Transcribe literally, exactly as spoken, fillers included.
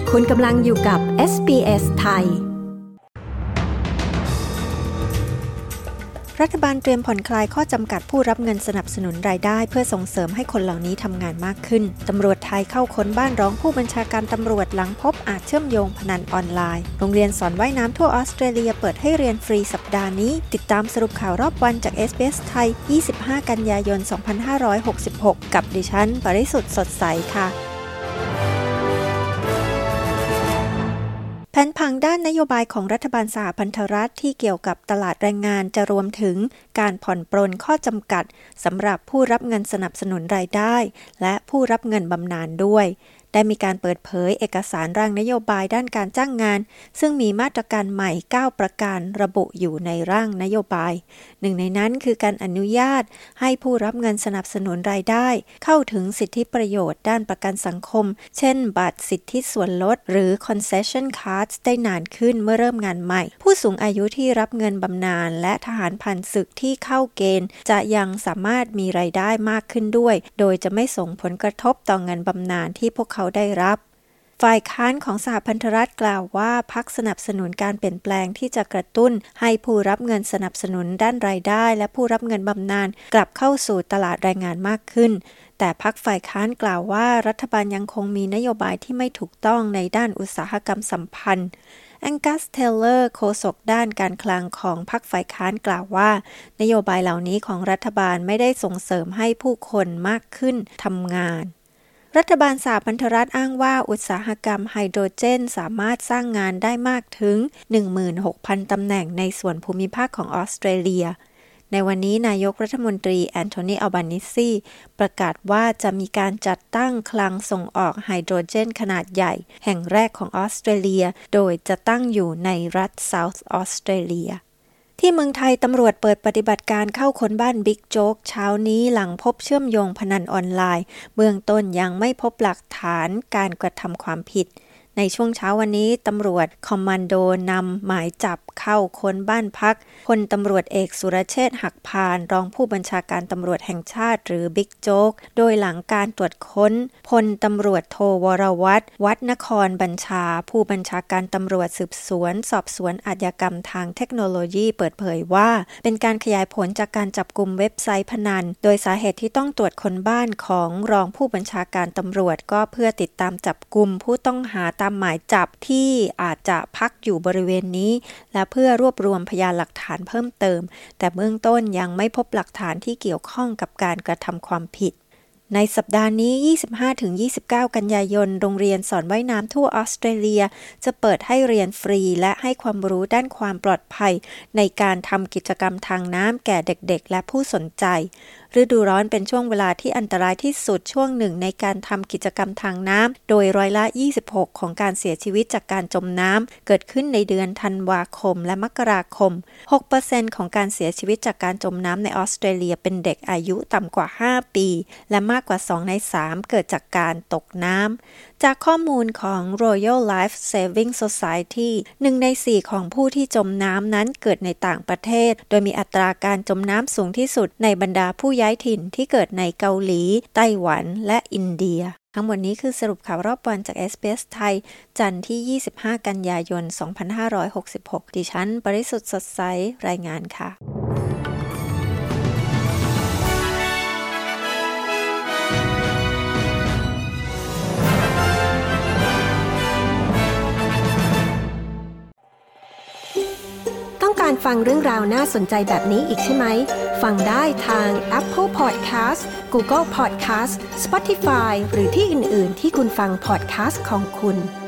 คุณกำลังอยู่กับ เอส บี เอส ไทยรัฐบาลเตรียมผ่อนคลายข้อจำกัดผู้รับเงินสนับสนุนรายได้เพื่อส่งเสริมให้คนเหล่านี้ทำงานมากขึ้นตำรวจไทยเข้าค้นบ้านร้องผู้บัญชาการตำรวจหลังพบอาจเชื่อมโยงพนันออนไลน์โรงเรียนสอนว่ายน้ำทั่วออสเตรเลียเปิดให้เรียนฟรีสัปดาห์นี้ติดตามสรุปข่าวรอบวันจาก เอส บี เอส ไทย ยี่สิบห้า กันยายน สองพันห้าร้อยหกสิบหก กับดิฉันปริสุทธิ์สดใสค่ะแผนผังด้านนโยบายของรัฐบาลสหพันธรัฐที่เกี่ยวกับตลาดแรงงานจะรวมถึงการผ่อนปรนข้อจำกัดสำหรับผู้รับเงินสนับสนุนรายได้และผู้รับเงินบำนาญด้วยได้มีการเปิดเผยเอกสารร่างนโยบายด้านการจ้างงานซึ่งมีมาตรการใหม่เก้าประการระบุอยู่ในร่างนโยบายหนึ่งในนั้นคือการอนุญาตให้ผู้รับเงินสนับสนุนรายได้เข้าถึงสิทธิประโยชน์ด้านประกันสังคมเช่นบัตรสิทธิส่วนลดหรือ concession cards ได้นานขึ้นเมื่อเริ่มงานใหม่ผู้สูงอายุที่รับเงินบำนาญและทหารผ่านศึกที่เข้าเกณฑ์จะยังสามารถมีรายได้มากขึ้นด้วยโดยจะไม่ส่งผลกระทบต่อเงินบำนาญที่พวกเขาได้รับฝ่ายค้านของสหพันธรัฐกล่าวว่าพรรคสนับสนุนการเปลี่ยนแปลงที่จะกระตุ้นให้ผู้รับเงินสนับสนุนด้านรายได้และผู้รับเงินบำนาญกลับเข้าสู่ตลาดแรงงานมากขึ้นแต่พรรคฝ่ายค้านกล่าวว่ารัฐบาลยังคงมีนโยบายที่ไม่ถูกต้องในด้านอุตสาหกรรมสัมพันธ์แองกัส เทเลอร์โฆษกด้านการคลังของพรรคฝ่ายค้านกล่าวว่านโยบายเหล่านี้ของรัฐบาลไม่ได้ส่งเสริมให้ผู้คนมากขึ้นทำงานรัฐบาลสหพันธรัฐอ้างว่าอุตสาหกรรมไฮโดรเจนสามารถสร้างงานได้มากถึง หนึ่งหมื่นหกพัน ตำแหน่งในส่วนภูมิภาคของออสเตรเลียในวันนี้นายกรัฐมนตรีแอนโทนี อัลบานิซีประกาศว่าจะมีการจัดตั้งคลังส่งออกไฮโดรเจนขนาดใหญ่แห่งแรกของออสเตรเลียโดยจะตั้งอยู่ในรัฐเซาท์ออสเตรเลียที่เมืองไทยตำรวจเปิดปฏิบัติการเข้าค้นบ้านบิ๊กโจ๊กเช้านี้หลังพบเชื่อมโยงพนันออนไลน์เบื้องต้นยังไม่พบหลักฐานการกระทำความผิดในช่วงเช้าวันนี้ตำรวจคอมมานโดนำหมายจับเข้าค้นบ้านพักพลตำรวจเอกสุรเชษฐ์หักพานรองผู้บัญชาการตำรวจแห่งชาติหรือบิ๊กโจ๊กโดยหลังการตรวจค้นพลตำรวจโทวรวัฒน์วัฒนครบัญชาผู้บัญชาการตำรวจสืบสวนสอบสวนอาชญากรรมทางเทคโนโลยีเปิดเผยว่าเป็นการขยายผลจากการจับกุมเว็บไซต์พนันโดยสาเหตุที่ต้องตรวจค้นบ้านของรองผู้บัญชาการตำรวจก็เพื่อติดตามจับกุมผู้ต้องหาตามหมายจับที่อาจจะพักอยู่บริเวณนี้และเพื่อรวบรวมพยานหลักฐานเพิ่มเติมแต่เบื้องต้นยังไม่พบหลักฐานที่เกี่ยวข้องกับการกระทำความผิดในสัปดาห์นี้ ยี่สิบห้าถึงยี่สิบเก้า กันยายนโรงเรียนสอนว่ายน้ำทั่วออสเตรเลียจะเปิดให้เรียนฟรีและให้ความรู้ด้านความปลอดภัยในการทำกิจกรรมทางน้ำแก่เด็กๆและผู้สนใจฤดูร้อนเป็นช่วงเวลาที่อันตรายที่สุดช่วงหนึ่งในการทำกิจกรรมทางน้ำโดยร้อยละยี่สิบหกของการเสียชีวิตจากการจมน้ำเกิดขึ้นในเดือนธันวาคมและมกราคม หกเปอร์เซ็นต์ ของการเสียชีวิตจากการจมน้ำในออสเตรเลียเป็นเด็กอายุต่ำกว่าห้าปีและมากกว่าสองในสามเกิดจากการตกน้ำจากข้อมูลของ Royal Life Saving Society หนึ่งในสี่ของผู้ที่จมน้ำนั้นเกิดในต่างประเทศโดยมีอัตราการจมน้ำสูงที่สุดในบรรดาผู้ย้ายถิ่นที่เกิดในเกาหลีไต้หวันและอินเดียทั้งหมดนี้คือสรุปข่าวรอบวันจาก เอส บี เอส ไทยจันทร์ที่ยี่สิบห้ากันยายนสองพันห้าร้อยหกสิบหกดิฉันปริสุทธิ์สดใสรายงานค่ะต้องการฟังเรื่องราวน่าสนใจแบบนี้อีกใช่ไหมฟังได้ทาง Apple Podcast Google Podcast Spotify หรือที่อื่นๆที่คุณฟัง podcast ของคุณ